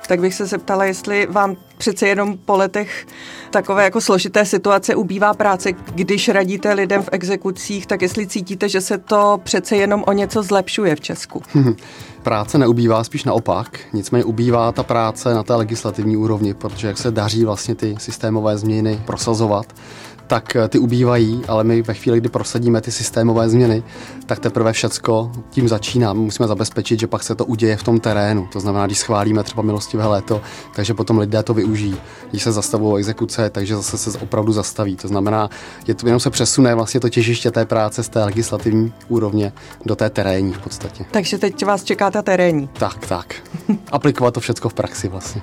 tak bych se zeptala, jestli vám přece jenom po letech takové jako složité situace ubývá práce, když radíte lidem v exekucích, tak jestli cítíte, že se to přece jenom o něco zlepšuje v Česku? Práce neubývá, spíš naopak. Nicméně ubývá ta práce na té legislativní úrovni, protože jak se daří vlastně ty systémové změny prosazovat, tak ty ubývají, ale my ve chvíli, kdy prosadíme ty systémové změny, tak teprve všecko tím začíná. My musíme zabezpečit, že pak se to uděje v tom terénu. To znamená, když schválíme třeba milostivé léto, takže potom lidé to využijí. Když se zastavují exekuce, takže zase se opravdu zastaví. To znamená, jenom se přesune vlastně to těžiště té práce z té legislativní úrovně do té terénní v podstatě. Takže teď vás čeká ta terénní. Tak. Aplikovat to všecko v praxi vlastně.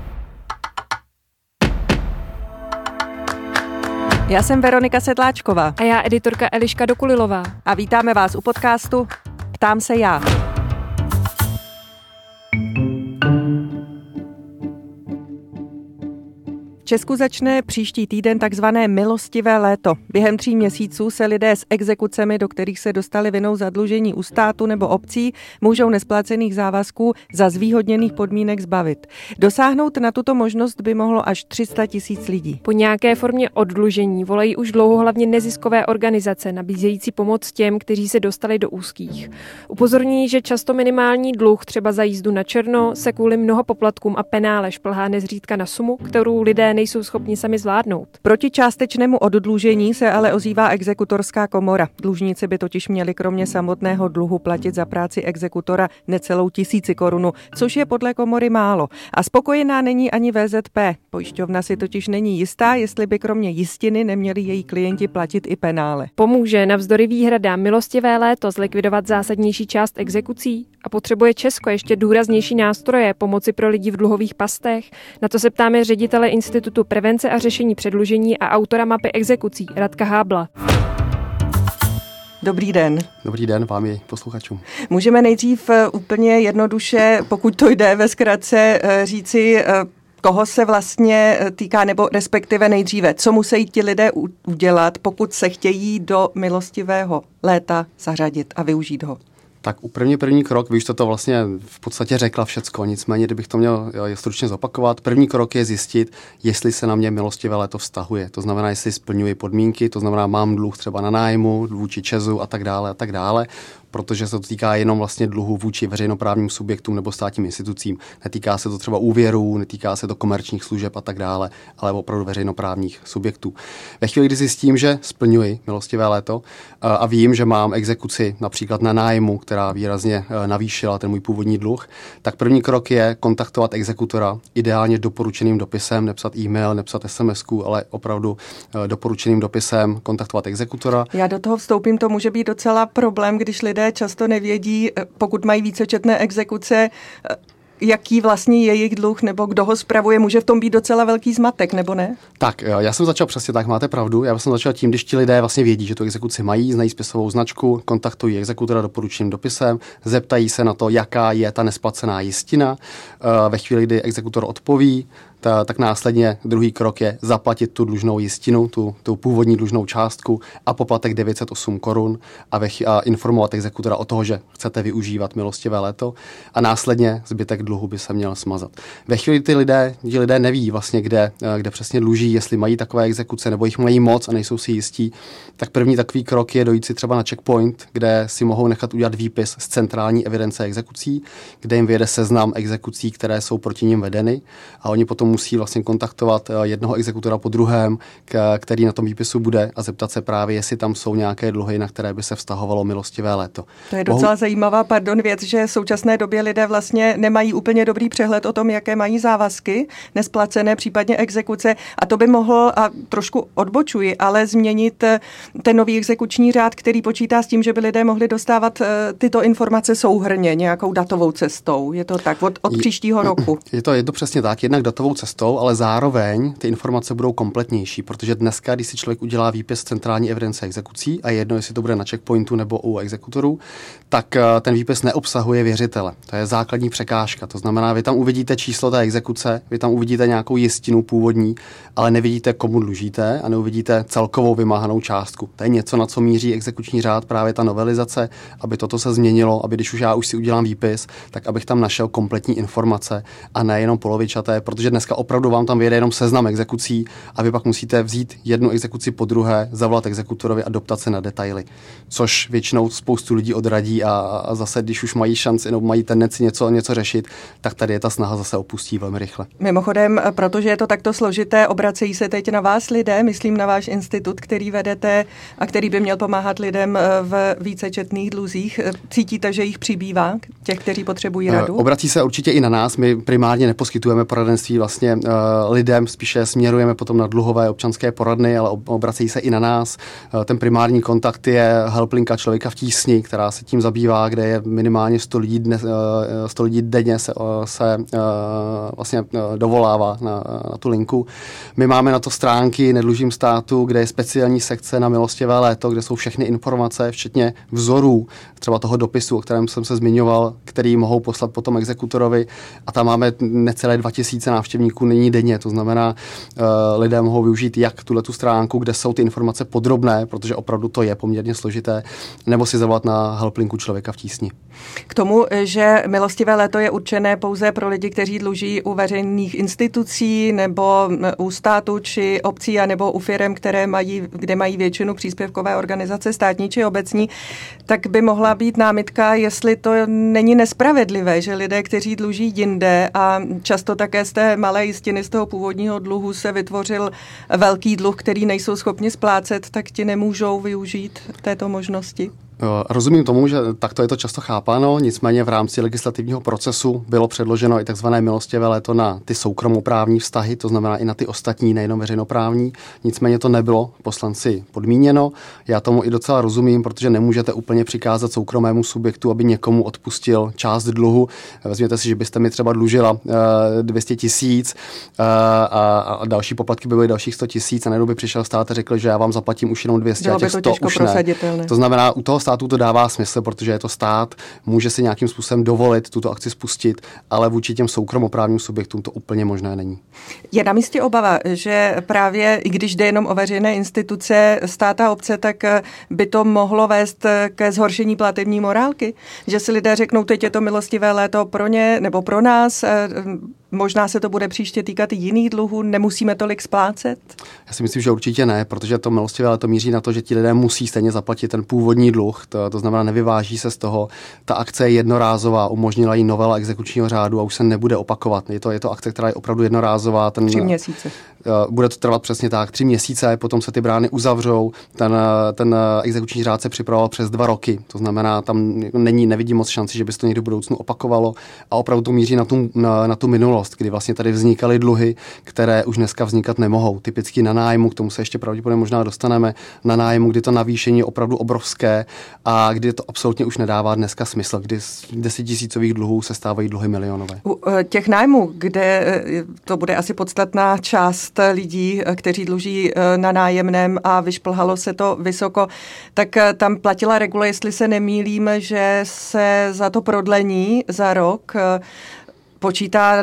Já jsem Veronika Sedláčková. A já editorka Eliška Dokulilová. A vítáme vás u podcastu Ptám se já. V Česku začne příští týden takzvané milostivé léto. Během 3 měsíců se lidé s exekucemi, do kterých se dostali vinou zadlužení u státu nebo obcí, můžou nesplacených závazků za zvýhodněných podmínek zbavit. Dosáhnout na tuto možnost by mohlo až 300 000 lidí. Po nějaké formě oddlužení volají už dlouho hlavně neziskové organizace, nabízející pomoc těm, kteří se dostali do úzkých. Upozorní, že často minimální dluh, třeba za jízdu na černo, se kvůli mnoha poplatkům a penále šplhá nezřídka na sumu, kterou lidé nejsou schopni sami zvládnout. Proti částečnému oddlužení se ale ozývá exekutorská komora. Dlužníci by totiž měli kromě samotného dluhu platit za práci exekutora necelou 1000 korun, což je podle komory málo. A spokojená není ani VZP. Pojišťovna si totiž není jistá, jestli by kromě jistiny neměli její klienti platit i penále. Pomůže navzdory výhradám milostivé léto zlikvidovat zásadnější část exekucí? A potřebuje Česko ještě důraznější nástroje pomoci pro lidi v dluhových pastech? Na to se ptáme ředitele Institutu prevence a řešení předlužení a autora mapy exekucí Radka Hábla. Dobrý den. Dobrý den vám i posluchačům. Můžeme nejdřív úplně jednoduše, pokud to jde ve zkratce, říci, koho se vlastně týká, nebo respektive nejdříve, co musí ti lidé udělat, pokud se chtějí do milostivého léta zařadit a využít ho? Tak první krok, vy už to vlastně v podstatě řekla všecko, nicméně, kdybych to měl stručně zopakovat, první krok je zjistit, jestli se na mě milostivé léto vztahuje. To znamená, jestli splňuji podmínky, to znamená, mám dluh třeba na nájmu, vůči ČEZu a tak dále. Protože se to týká jenom vlastně dluhu vůči veřejnoprávním subjektům nebo státním institucím. Netýká se to třeba úvěrů, netýká se to komerčních služeb a tak dále, ale opravdu veřejnoprávních subjektů. Ve chvíli, kdy zjistím, že splňuji milostivé léto a vím, že mám exekuci například na nájmu, která výrazně navýšila ten můj původní dluh, tak první krok je kontaktovat exekutora, ideálně doporučeným dopisem, nepsat e-mail, nepsat SMS-ku, ale opravdu doporučeným dopisem kontaktovat exekutora. Já do toho vstoupím, to může být docela problém, když lidé často nevědí, pokud mají vícečetné exekuce, jaký vlastně je jejich dluh nebo kdo ho spravuje, může v tom být docela velký zmatek, nebo ne? Tak, já jsem začal přesně tak, máte pravdu. Já jsem začal tím, když ti lidé vlastně vědí, že tu exekuci mají, znají spisovou značku, kontaktují exekutora doporučeným dopisem, zeptají se na to, jaká je ta nesplacená jistina. Ve chvíli, kdy exekutor odpoví, tak následně druhý krok je zaplatit tu dlužnou jistinu, tu původní dlužnou částku a poplatek 908 korun a informovat exekutora o toho, že chcete využívat milostivé léto a následně zbytek dluhu by se měl smazat. Ve chvíli ti lidé neví vlastně, kde přesně dluží, jestli mají takové exekuce nebo jich mají moc a nejsou si jistí, tak první takový krok je dojít si třeba na checkpoint, kde si mohou nechat udělat výpis z centrální evidence exekucí, kde jim vyjede seznam exekucí, které jsou proti nim vedeny a oni potom musí vlastně kontaktovat jednoho exekutora po druhém, který na tom výpisu bude a zeptat se právě, jestli tam jsou nějaké dluhy, na které by se vztahovalo milostivé léto. To je docela zajímavá, věc, že v současné době lidé vlastně nemají úplně dobrý přehled o tom, jaké mají závazky, nesplacené, případně exekuce a to by mohlo, a trošku odbočuji, ale změnit ten nový exekuční řád, který počítá s tím, že by lidé mohli dostávat tyto informace souhrnně, nějakou datovou cestou. Je to tak od příštího roku? Je to přesně tak, jednak datovou cestou, ale zároveň ty informace budou kompletnější, protože dneska, když si člověk udělá výpis centrální evidence exekucí a jedno, jestli to bude na checkpointu nebo u exekutorů, tak ten výpis neobsahuje věřitele. To je základní překážka. To znamená, vy tam uvidíte číslo té exekuce, vy tam uvidíte nějakou jistinu původní, ale nevidíte, komu dlužíte a neuvidíte celkovou vymáhanou částku. To je něco, na co míří exekuční řád, právě ta novelizace, aby toto se změnilo, aby když už já už si udělám výpis, tak abych tam našel kompletní informace a ne jenom polovičaté, protože dneska opravdu vám tam vyjede jenom seznam exekucí a vy pak musíte vzít jednu exekuci po druhé, zavolat exekutorovi a doptat se na detaily, což většinou spoustu lidí odradí a zase, když už mají šanci nebo mají tendenci něco řešit, tak tady je ta snaha zase opustí velmi rychle. Mimochodem, protože je to takto složité, obracejí se teď na vás lidé, myslím na váš institut, který vedete a který by měl pomáhat lidem v vícečetných dluzích. Cítíte, že jich přibývá, těch, kteří potřebují radu? Obrací se určitě i na nás. My primárně neposkytujeme poradenství vlastně lidem, spíše směrujeme potom na dluhové občanské poradny, ale obrací se i na nás. Ten primární kontakt je helplinka Člověka v tísni, která se tím zabývá, kde je minimálně 100 lidí denně se vlastně dovolává na tu linku. My máme na to stránky Nedlužím státu, kde je speciální sekce na milostivé léto, kde jsou všechny informace, včetně vzorů, třeba toho dopisu, o kterém jsem se zmiňoval, který mohou poslat potom exekutorovi, a tam máme necelé 2000 návštěvníků nyní denně. To znamená, lidé mohou využít jak tu stránku, kde jsou ty informace podrobné, protože opravdu to je poměrně složité, nebo si zavolat na helplinku Člověka v tísni. K tomu, že milostivé léto je určené pouze pro lidi, kteří dluží u veřejných institucí nebo u státu či obcí a nebo u firem, kde mají většinu příspěvkové organizace státní či obecní, tak by mohla být námitka, jestli to není nespravedlivé, že lidé, kteří dluží jinde a často také z té malé jistiny, z toho původního dluhu se vytvořil velký dluh, který nejsou schopni splácet, tak ti nemůžou využít této možnosti. Rozumím tomu, že takto je to často chápáno, nicméně v rámci legislativního procesu bylo předloženo i takzvané milostivé léto na ty soukromoprávní vztahy, to znamená i na ty ostatní, nejenom veřejnoprávní. Nicméně to nebylo poslanci podmíněno. Já tomu i docela rozumím, protože nemůžete úplně přikázat soukromému subjektu, aby někomu odpustil část dluhu. Vezměte si, že byste mi třeba dlužila 200 000 a další poplatky by byly dalších 100 000 a najednou by přišel stát a řekl, že já vám zaplatím už jenom 200 a těch 100 už ne. To znamená, u toho státu to dává smysl, protože je to stát, může si nějakým způsobem dovolit tuto akci spustit, ale vůči těm soukromoprávním subjektům to úplně možné není. Je na místě obava, že právě, i když jde jenom o veřejné instituce, stát a obce, tak by to mohlo vést ke zhoršení platební morálky? Že si lidé řeknou, teď je to milostivé léto pro ně nebo pro nás, možná se to bude příště týkat i jiných dluhů, nemusíme tolik splácet? Já si myslím, že určitě ne, protože to milostivé léto míří na to, že ti lidé musí stejně zaplatit ten původní dluh, to znamená, nevyváží se z toho. Ta akce je jednorázová, umožnila jí novela exekučního řádu a už se nebude opakovat. Je to akce, která je opravdu jednorázová. 3 měsíce. Bude to trvat přesně tak, 3 měsíce, potom se ty brány uzavřou. Ten exekuční řád se připravoval přes 2 roky, to znamená, tam nevidím moc šanci, že by se to někdy v budoucnu opakovalo a opravdu to míří na tu minulost, kdy vlastně tady vznikaly dluhy, které už dneska vznikat nemohou. Typicky na nájmu, k tomu se ještě pravděpodobně možná dostaneme, na nájmu, kdy to navýšení je opravdu obrovské a kdy to absolutně už nedává dneska smysl, kdy z 10 000 dluhů se stávají dluhy milionové. U těch nájmů, kde to bude asi podstatná část lidí, kteří dluží na nájemném a vyšplhalo se to vysoko, tak tam platila regule, jestli se nemýlím, že se za to prodlení za rok počítá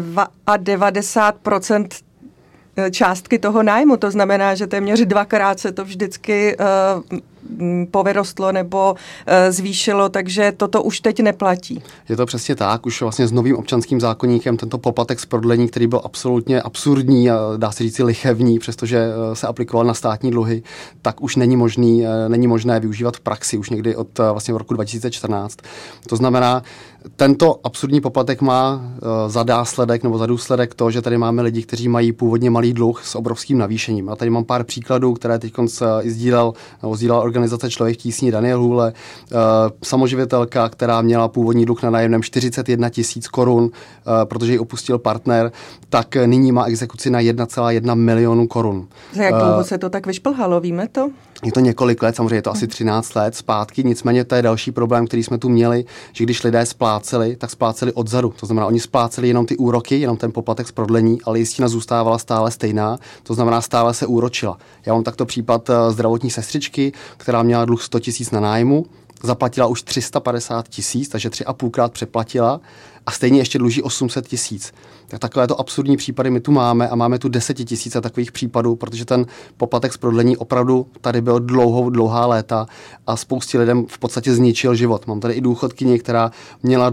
92% částky toho nájmu. To znamená, že téměř 2krát se to vždycky povyrostlo nebo zvýšilo, takže toto už teď neplatí. Je to přesně tak, už vlastně s novým občanským zákoníkem tento poplatek z prodlení, který byl absolutně absurdní a dá se říct lichevní, přestože se aplikoval na státní dluhy, tak už není možné využívat v praxi už někdy od vlastně v roku 2014. To znamená, tento absurdní poplatek má za následek nebo za důsledek to, že tady máme lidi, kteří mají původně malý dluh s obrovským navýšením. A tady mám pár příkladů, které teď sdílela organizace Člověk v tísni Daniel Hůle, samoživitelka, která měla původní dluh na nájemném 41 000 korun, protože ji opustil partner, tak nyní má exekuci na 1,1 milionu korun. Za jak dlouho se to tak vyšplhalo, víme to? Je to několik let, samozřejmě je to asi 13 let zpátky, nicméně to je další problém, který jsme tu měli, že když lidé spláceli, tak spláceli odzadu. To znamená, oni spláceli jenom ty úroky, jenom ten poplatek z prodlení, ale jistina zůstávala stále stejná, to znamená, stále se úročila. Já mám takto případ zdravotní sestřičky, která měla dluh 100 000 na nájmu, zaplatila už 350 000, takže 3,5krát přeplatila a stejně ještě dluží 800 000. Tak takovéto absurdní případy my tu máme a máme tu 10 000 takových případů, protože ten poplatek z prodlení opravdu tady byl dlouhá léta a spoustě lidem v podstatě zničil život. Mám tady i důchodkyni, která měla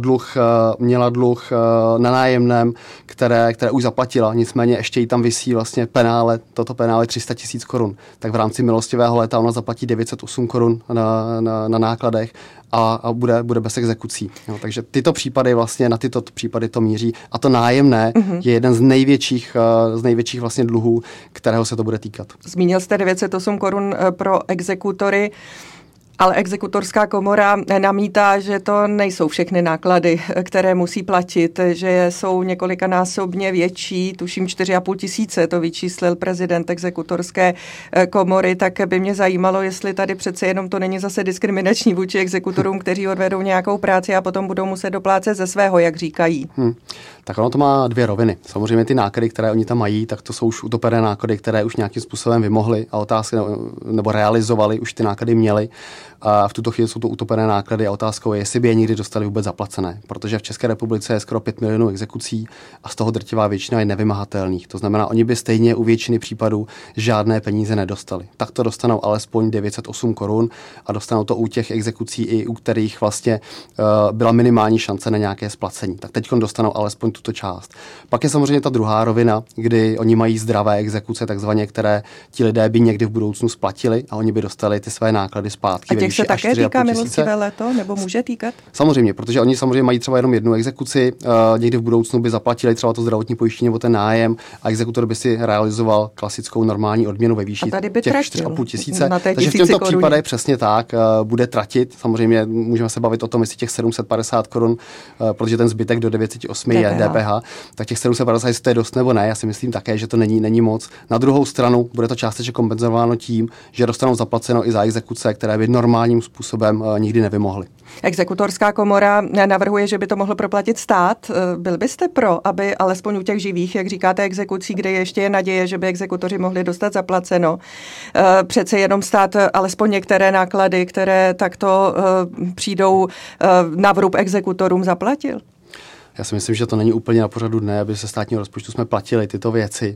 dluh na nájemném, které už zaplatila, nicméně ještě jí tam visí vlastně penále, toto penále 300 000 korun. Tak v rámci milostivého léta ona zaplatí 908 korun na nákladech a bude bez exekucí. Jo, takže tyto případy vlastně na tyto případy to míří a to nájemné je jeden z největších vlastně dluhů, kterého se to bude týkat. Zmínil jste 908 korun pro exekutory, ale exekutorská komora namítá, že to nejsou všechny náklady, které musí platit, že jsou několikanásobně větší, tuším 4,5 tisíce, to vyčíslil prezident exekutorské komory, tak by mě zajímalo, jestli tady přece jenom to není zase diskriminační vůči exekutorům, kteří odvedou nějakou práci a potom budou muset doplácet ze svého, jak říkají. Tak ono to má dvě roviny. Samozřejmě ty náklady, které oni tam mají, tak to jsou už utopené náklady, které už nějakým způsobem vymohly a otázky nebo realizovali, už ty náklady měli. A v tuto chvíli jsou to utopené náklady a otázkou je, jestli by je někdy dostali vůbec zaplacené. Protože v České republice je skoro 5 milionů exekucí a z toho drtivá většina je nevymahatelných. To znamená, oni by stejně u většiny případů žádné peníze nedostali. Tak to dostanou alespoň 908 korun a dostanou to u těch exekucí, i u kterých vlastně byla minimální šance na nějaké splacení. Tak teď dostanou alespoň tuto část. Pak je samozřejmě ta druhá rovina, kdy oni mají zdravé exekuce, takzvaně, které ti lidé by někdy v budoucnu splatili a oni by dostali ty své náklady zpátky. A těch se také týká milostivé léto, nebo může týkat? Samozřejmě, protože oni samozřejmě mají třeba jenom jednu exekuci, někdy v budoucnu by zaplatili třeba to zdravotní pojištění nebo ten nájem a exekutor by si realizoval klasickou normální odměnu ve výši těch 4,5 tisíce. Takže v těchto případech přesně tak bude tratit. Samozřejmě můžeme se bavit o tom, jestli těch 750 korun, protože ten zbytek do 908 je DPH, tak těch 750, jestli to je dost nebo ne, já si myslím také, že to není moc. Na druhou stranu bude to částečně kompenzováno tím, že dostanou zaplaceno i za exekuce, které by normálním způsobem nikdy nevymohly. Exekutorská komora navrhuje, že by to mohl proplatit stát. Byl byste pro, aby alespoň u těch živých, jak říkáte, exekucí, kde ještě je naděje, že by exekutoři mohli dostat zaplaceno, přece jenom stát alespoň některé náklady, které takto přijdou na vrub exekutorům, zaplatil? Já si myslím, že to není úplně na pořadu dne, aby se státního rozpočtu jsme platili tyto věci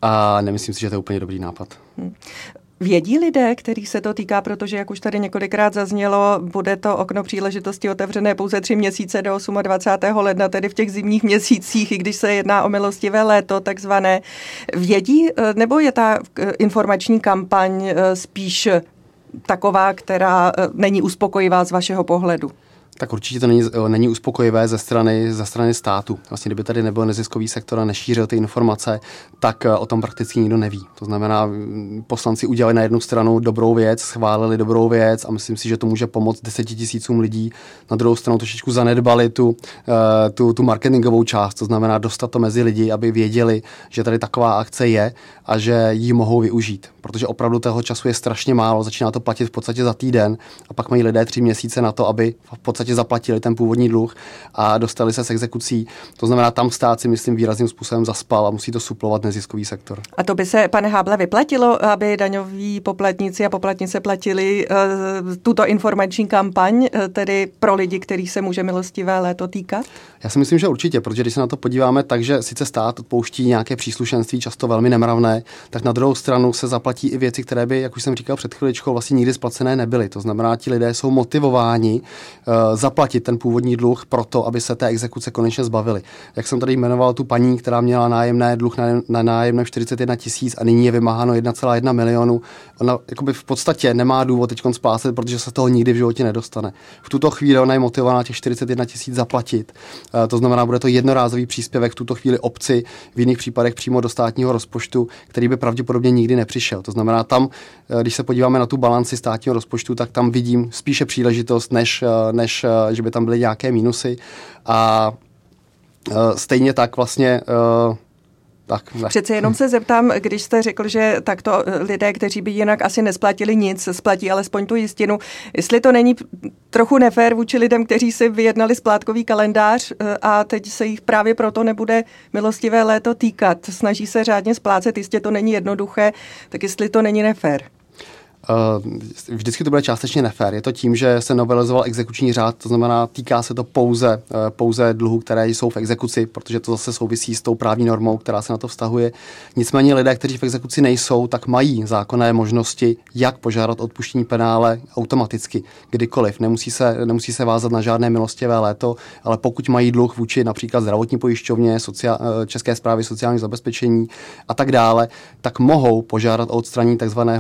a nemyslím si, že to je úplně dobrý nápad. Vědí lidé, kterých se to týká, protože, jak už tady několikrát zaznělo, bude to okno příležitosti otevřené pouze 3 měsíce do 28. ledna, tedy v těch zimních měsících, i když se jedná o milostivé léto, takzvané. Vědí, nebo je ta informační kampaň spíš taková, která není uspokojivá z vašeho pohledu? Tak určitě to není uspokojivé ze strany státu. Vlastně, kdyby tady nebyl neziskový sektor a nešířil ty informace, tak o tom prakticky nikdo neví. To znamená, poslanci udělali na jednu stranu dobrou věc, schválili dobrou věc a myslím si, že to může pomoct 10 000 lidí. Na druhou stranu trošičku zanedbali tu marketingovou část, to znamená dostat to mezi lidi, aby věděli, že tady taková akce je a že ji mohou využít. Protože opravdu toho času je strašně málo, začíná to platit v podstatě za týden a pak mají lidé 3 měsíce na to, aby v podstatě zaplatili ten původní dluh a dostali se s exekucí. To znamená, tam stát si, myslím, výrazným způsobem zaspal a musí to suplovat neziskový sektor. A to by se, pane Háble, vyplatilo, aby daňoví poplatníci a poplatnice platili tuto informační kampaň, tedy pro lidi, kterých se může milostivé léto týkat? Já si myslím, že určitě, protože když se na to podíváme, takže sice stát odpouští nějaké příslušenství, často velmi nemravné, tak na druhou stranu se zaplatí i věci, které by, jak už jsem říkal před chviličkou, vlastně nikdy splacené nebyly. To znamená, ti lidé jsou motivováni zaplatit ten původní dluh proto, aby se té exekuce konečně zbavili. Jak jsem tady jmenoval tu paní, která měla dluh na nájemné 41 000 a nyní je vymáháno 1,1 milionu, ona jakoby v podstatě nemá důvod teď splácet, protože se toho nikdy v životě nedostane. V tuto chvíli ona je motivovaná těch 41 000 zaplatit. To znamená, bude to jednorázový příspěvek v tuto chvíli obci, v jiných případech přímo do státního rozpočtu, který by pravděpodobně nikdy nepřišel. To znamená, tam, když se podíváme na tu balanci státního rozpočtu, tak tam vidím spíše příležitost, než že by tam byly nějaké mínusy. A stejně tak vlastně Tak, ne. Přece jenom se zeptám, když jste řekl, že takto lidé, kteří by jinak asi nesplatili nic, splatí alespoň tu jistinu, jestli to není trochu nefér vůči lidem, kteří si vyjednali splátkový kalendář a teď se jich právě proto nebude milostivé léto týkat. Snaží se řádně splácet, jistě to není jednoduché, tak jestli to není nefér. Vždycky to bude částečně nefér. Je to tím, že se novelizoval exekuční řád, to znamená, týká se to pouze dluhů, které jsou v exekuci, protože to zase souvisí s tou právní normou, která se na to vztahuje. Nicméně lidé, kteří v exekuci nejsou, tak mají zákonné možnosti, jak požádat odpuštění penále automaticky, kdykoliv. Nemusí se vázat na žádné milostivé léto, ale pokud mají dluh vůči například zdravotní pojišťovně, České správy sociálního zabezpečení a tak dále, tak mohou požádat o odstranění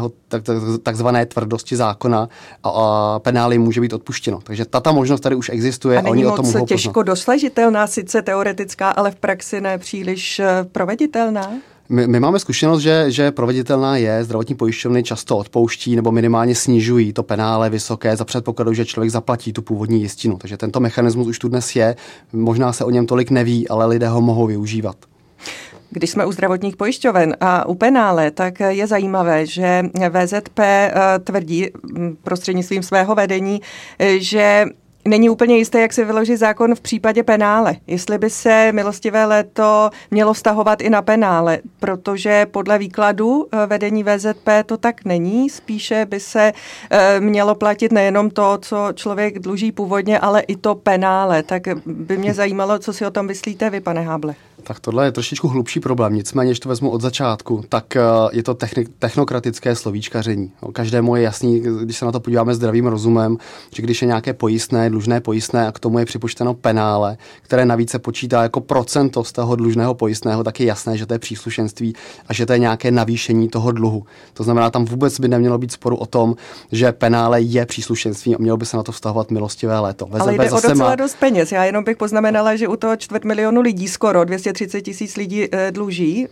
takzvané tvrdosti zákona a penále může být odpuštěno. Takže tato možnost tady už existuje a oni o tom mohou těžko dosažitelná, sice teoretická, ale v praxi ne příliš proveditelná? My máme zkušenost, že proveditelná je, zdravotní pojišťovny často odpouští nebo minimálně snižují to penále vysoké za předpokladu, že člověk zaplatí tu původní jistinu. Takže tento mechanismus už tu dnes je, možná se o něm tolik neví, ale lidé ho mohou využívat. Když jsme u zdravotních pojišťoven a u penále, tak je zajímavé, že VZP tvrdí prostřednictvím svého vedení, že není úplně jisté, jak se vyloží zákon v případě penále. Jestli by se milostivé léto mělo vztahovat i na penále, protože podle výkladu vedení VZP to tak není. Spíše by se mělo platit nejenom to, co člověk dluží původně, ale i to penále. Tak by mě zajímalo, co si o tom myslíte vy, pane Háble. Tak tohle je trošičku hlubší problém, nicméně, když to vezmu od začátku, tak je to technokratické slovíčkaření. Každému je jasný, když se na to podíváme zdravým rozumem, že když je nějaké pojistné, dlužné pojistné a k tomu je připočteno penále, které navíc se počítá jako procento z toho dlužného pojistného, tak je jasné, že to je příslušenství a že to je nějaké navýšení toho dluhu. To znamená, tam vůbec by nemělo být sporu o tom, že penále je příslušenství a mělo by se na to vztahovat milostivé léto. Ale jde o docela dost peněz. Já jenom bych poznamenala, že u toho 250 000 lidí skoro 230 000 lidí dluží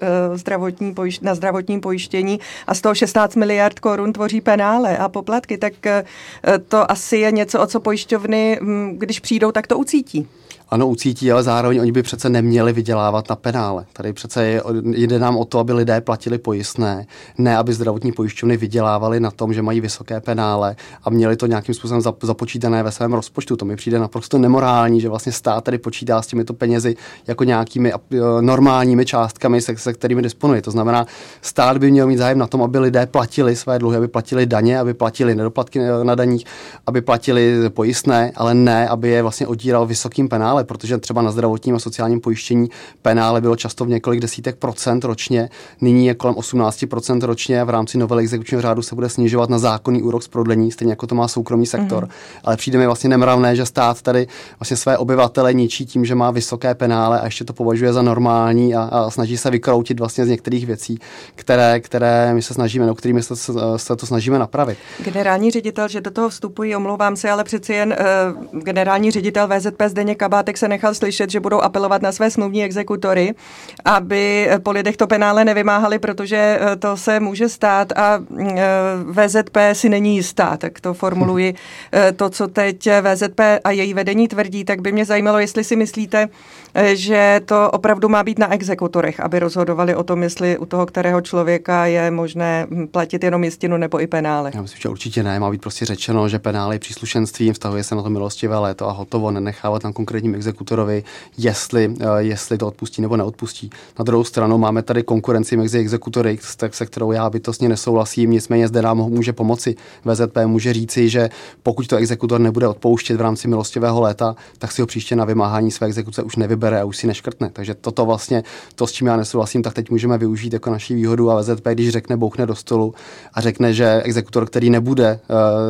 na zdravotním pojištění a z toho 16 miliard korun tvoří penále a poplatky, tak to asi je něco, o co pojišťovny, když přijdou, tak to ucítí. Ano, ucítí, ale zároveň oni by přece neměli vydělávat na penále. Tady přece jde nám o to, aby lidé platili pojistné, ne aby zdravotní pojišťovny vydělávaly na tom, že mají vysoké penále a měli to nějakým způsobem započítané ve svém rozpočtu. To mi přijde naprosto nemorální, že vlastně stát tady počítá s těmito penězi jako nějakými normálními částkami, se kterými disponuje. To znamená, stát by měl mít zájem na tom, aby lidé platili své dluhy, aby platili daně, aby platili nedoplatky na daních, aby platili pojistné, ale ne, aby je vlastně odíral vysokým penále, protože třeba na zdravotním a sociálním pojištění penále bylo často v několik desítek procent ročně, nyní je kolem 18% ročně a v rámci novely exekučního řádu se bude snižovat na zákonný úrok z prodlení, stejně jako to má soukromý sektor. Ale přijde mi vlastně nemravné, že stát tady vlastně své obyvatele ničí tím, že má vysoké penále a ještě to považuje za normální a snaží se vykroutit vlastně z některých věcí, které my se snažíme, no, kterými se to snažíme napravit. Generální ředitel, že do toho vstupují, omlouvám se, ale přeci jen generální ředitel VZP Zdeněk Kabátek se nechal slyšet, že budou apelovat na své smluvní exekutory, aby po lidech to penále nevymáhali, protože to se může stát a VZP si není jistá, tak to formuluji. To, co teď VZP a její vedení tvrdí, tak by mě zajímalo, jestli si myslíte, že to opravdu má být na exekutorech, aby rozhodovali o tom, jestli u toho kterého člověka je možné platit jenom jistinu nebo i penále. Já myslím, že určitě ne. Má být prostě řečeno, že penále je příslušenstvím, vztahuje se na to milostivé léto a hotovo, nenechávat na konkrétním exekutorovi, jestli to odpustí nebo neodpustí. Na druhou stranu máme tady konkurenci mezi exekutory, se kterou já bytostně nesouhlasím, nicméně zde nám může pomoci. VZP může říci, že pokud to exekutor nebude odpouštět v rámci milostivého léta, tak si ho příště na vymáhání své exekuce už nevybere a už si neškrtne. Takže toto vlastně, to, s čím já nesouhlasím, tak teď můžeme využít jako naši výhodu a VZP, když řekne, bouchne do stolu a řekne, že exekutor, který nebude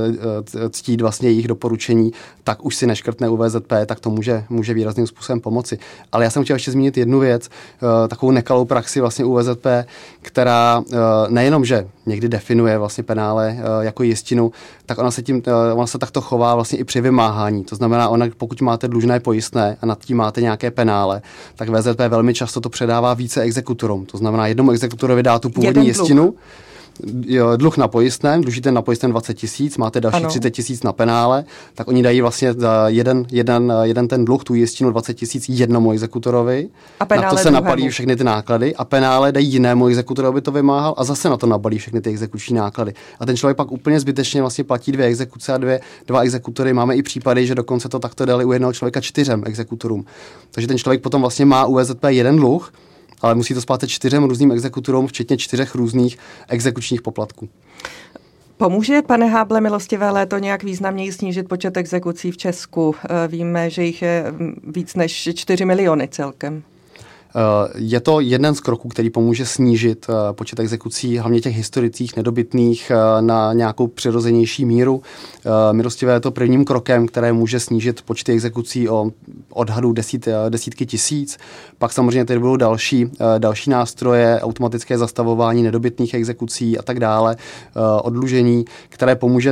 ctít vlastně jejich doporučení, tak už si neškrtne u VZP, tak to může výrazným způsobem pomoci. Ale já jsem chtěl ještě zmínit jednu věc, takovou nekalou praxi vlastně u VZP, která nejenom, že někdy definuje vlastně penále jako jistinu, tak ona se takto chová vlastně i při vymáhání. To znamená, pokud máte dlužné pojistné a nad tím máte nějaké penále, tak VZP velmi často to předává více exekutorům. To znamená, jednomu exekutorovi dá tu původní jistinu, dluh na pojistném, dlužíte na pojistném 20 000, máte další 30 000 na penále, tak oni dají vlastně jeden ten dluh, tu jistinu 20 000 jednomu exekutorovi, na to se nabalí všechny ty náklady a penále dají jinému exekutorovi, aby to vymáhal a zase na to nabalí všechny ty exekuční náklady. A ten člověk pak úplně zbytečně vlastně platí 2 exekuce a dva exekutory. Máme i případy, že dokonce to takto dali u jednoho člověka 4 exekutorům. Takže ten člověk potom vlastně má u VZP jeden dluh, ale musí to splácet 4 různým exekutorům, včetně 4 různých exekučních poplatků. Pomůže, pane Háble, milostivé léto nějak významněji snížit počet exekucí v Česku? Víme, že jich je víc než 4 miliony celkem. Je to jeden z kroků, který pomůže snížit počet exekucí, hlavně těch historických, nedobytných, na nějakou přirozenější míru. Milostivé je to prvním krokem, které může snížit počty exekucí o odhadu desítky tisíc. Pak samozřejmě tady budou další nástroje, automatické zastavování nedobytných exekucí a tak dále, oddlužení, které pomůže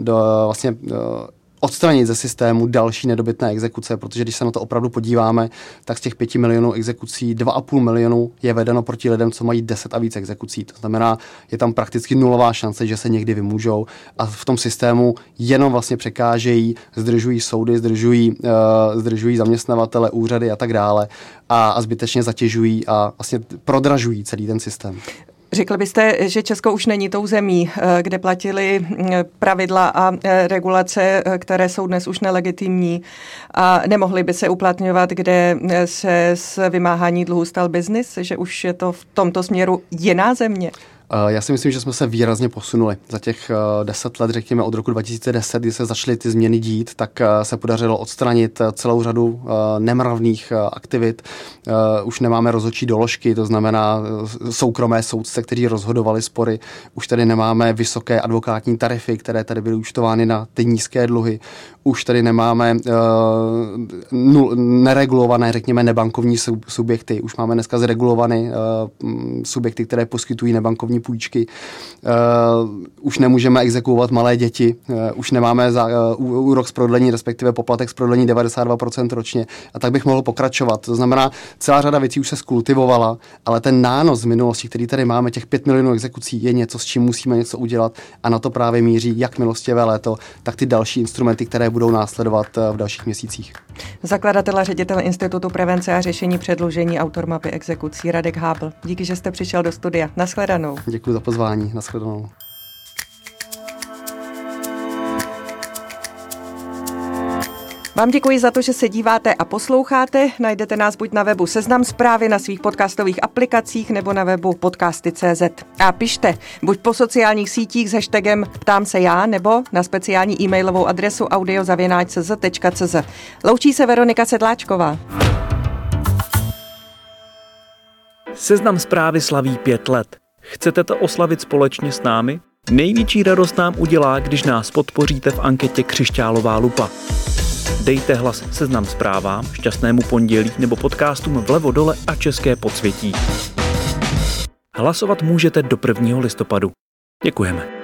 odstranit ze systému další nedobytné exekuce, protože když se na to opravdu podíváme, tak z těch 5 milionů exekucí 2,5 milionu je vedeno proti lidem, co mají 10 a víc exekucí. To znamená, je tam prakticky nulová šance, že se někdy vymůžou a v tom systému jenom vlastně překážejí, zdržují soudy, zdržují zaměstnavatele, úřady a tak dále a zbytečně zatěžují a vlastně prodražují celý ten systém. Řekl byste, že Česko už není tou zemí, kde platily pravidla a regulace, které jsou dnes už nelegitimní a nemohly by se uplatňovat, kde se z vymáhání dluhu stal biznis, že už je to v tomto směru jiná země? Já si myslím, že jsme se výrazně posunuli. Za těch 10 let, řekněme od roku 2010, kdy se začaly ty změny dít, tak se podařilo odstranit celou řadu nemravných aktivit. Už nemáme rozhodčí doložky, to znamená soukromé soudce, kteří rozhodovali spory. Už tady nemáme vysoké advokátní tarify, které tady byly účtovány na ty nízké dluhy. Už tady nemáme neregulované, řekněme, nebankovní subjekty. Už máme dneska zregulované subjekty, které poskytují nebankovní půjčky. Už nemůžeme exekuovat malé děti. Už nemáme úrok z prodlení, respektive poplatek z prodlení 92% ročně. A tak bych mohl pokračovat. To znamená, celá řada věcí už se skultivovala, ale ten nános z minulosti, který tady máme, těch 5 milionů exekucí, je něco, s čím musíme něco udělat a na to právě míří jak milostivé léto, tak ty další instrumenty, které budou následovat v dalších měsících. Zakladatel a ředitel Institutu prevence a řešení předlužení, autor mapy exekucí Radek Hábl. Díky, že jste přišel do studia. Nashledanou. Děkuji za pozvání. Nashledanou. Vám děkuji za to, že se díváte a posloucháte. Najdete nás buď na webu Seznam Zprávy, na svých podcastových aplikacích nebo na webu podcasty.cz. A pište buď po sociálních sítích s hashtagem Ptám se já nebo na speciální e-mailovou adresu audio@cz.cz. Loučí se Veronika Sedláčková. Seznam Zprávy slaví 5 let. Chcete to oslavit společně s námi? Největší radost nám udělá, když nás podpoříte v anketě Křišťálová lupa. Dejte hlas Seznam Zprávám, Šťastnému pondělí nebo podcastům Vlevo dole a České podsvětí. Hlasovat můžete do 1. listopadu. Děkujeme.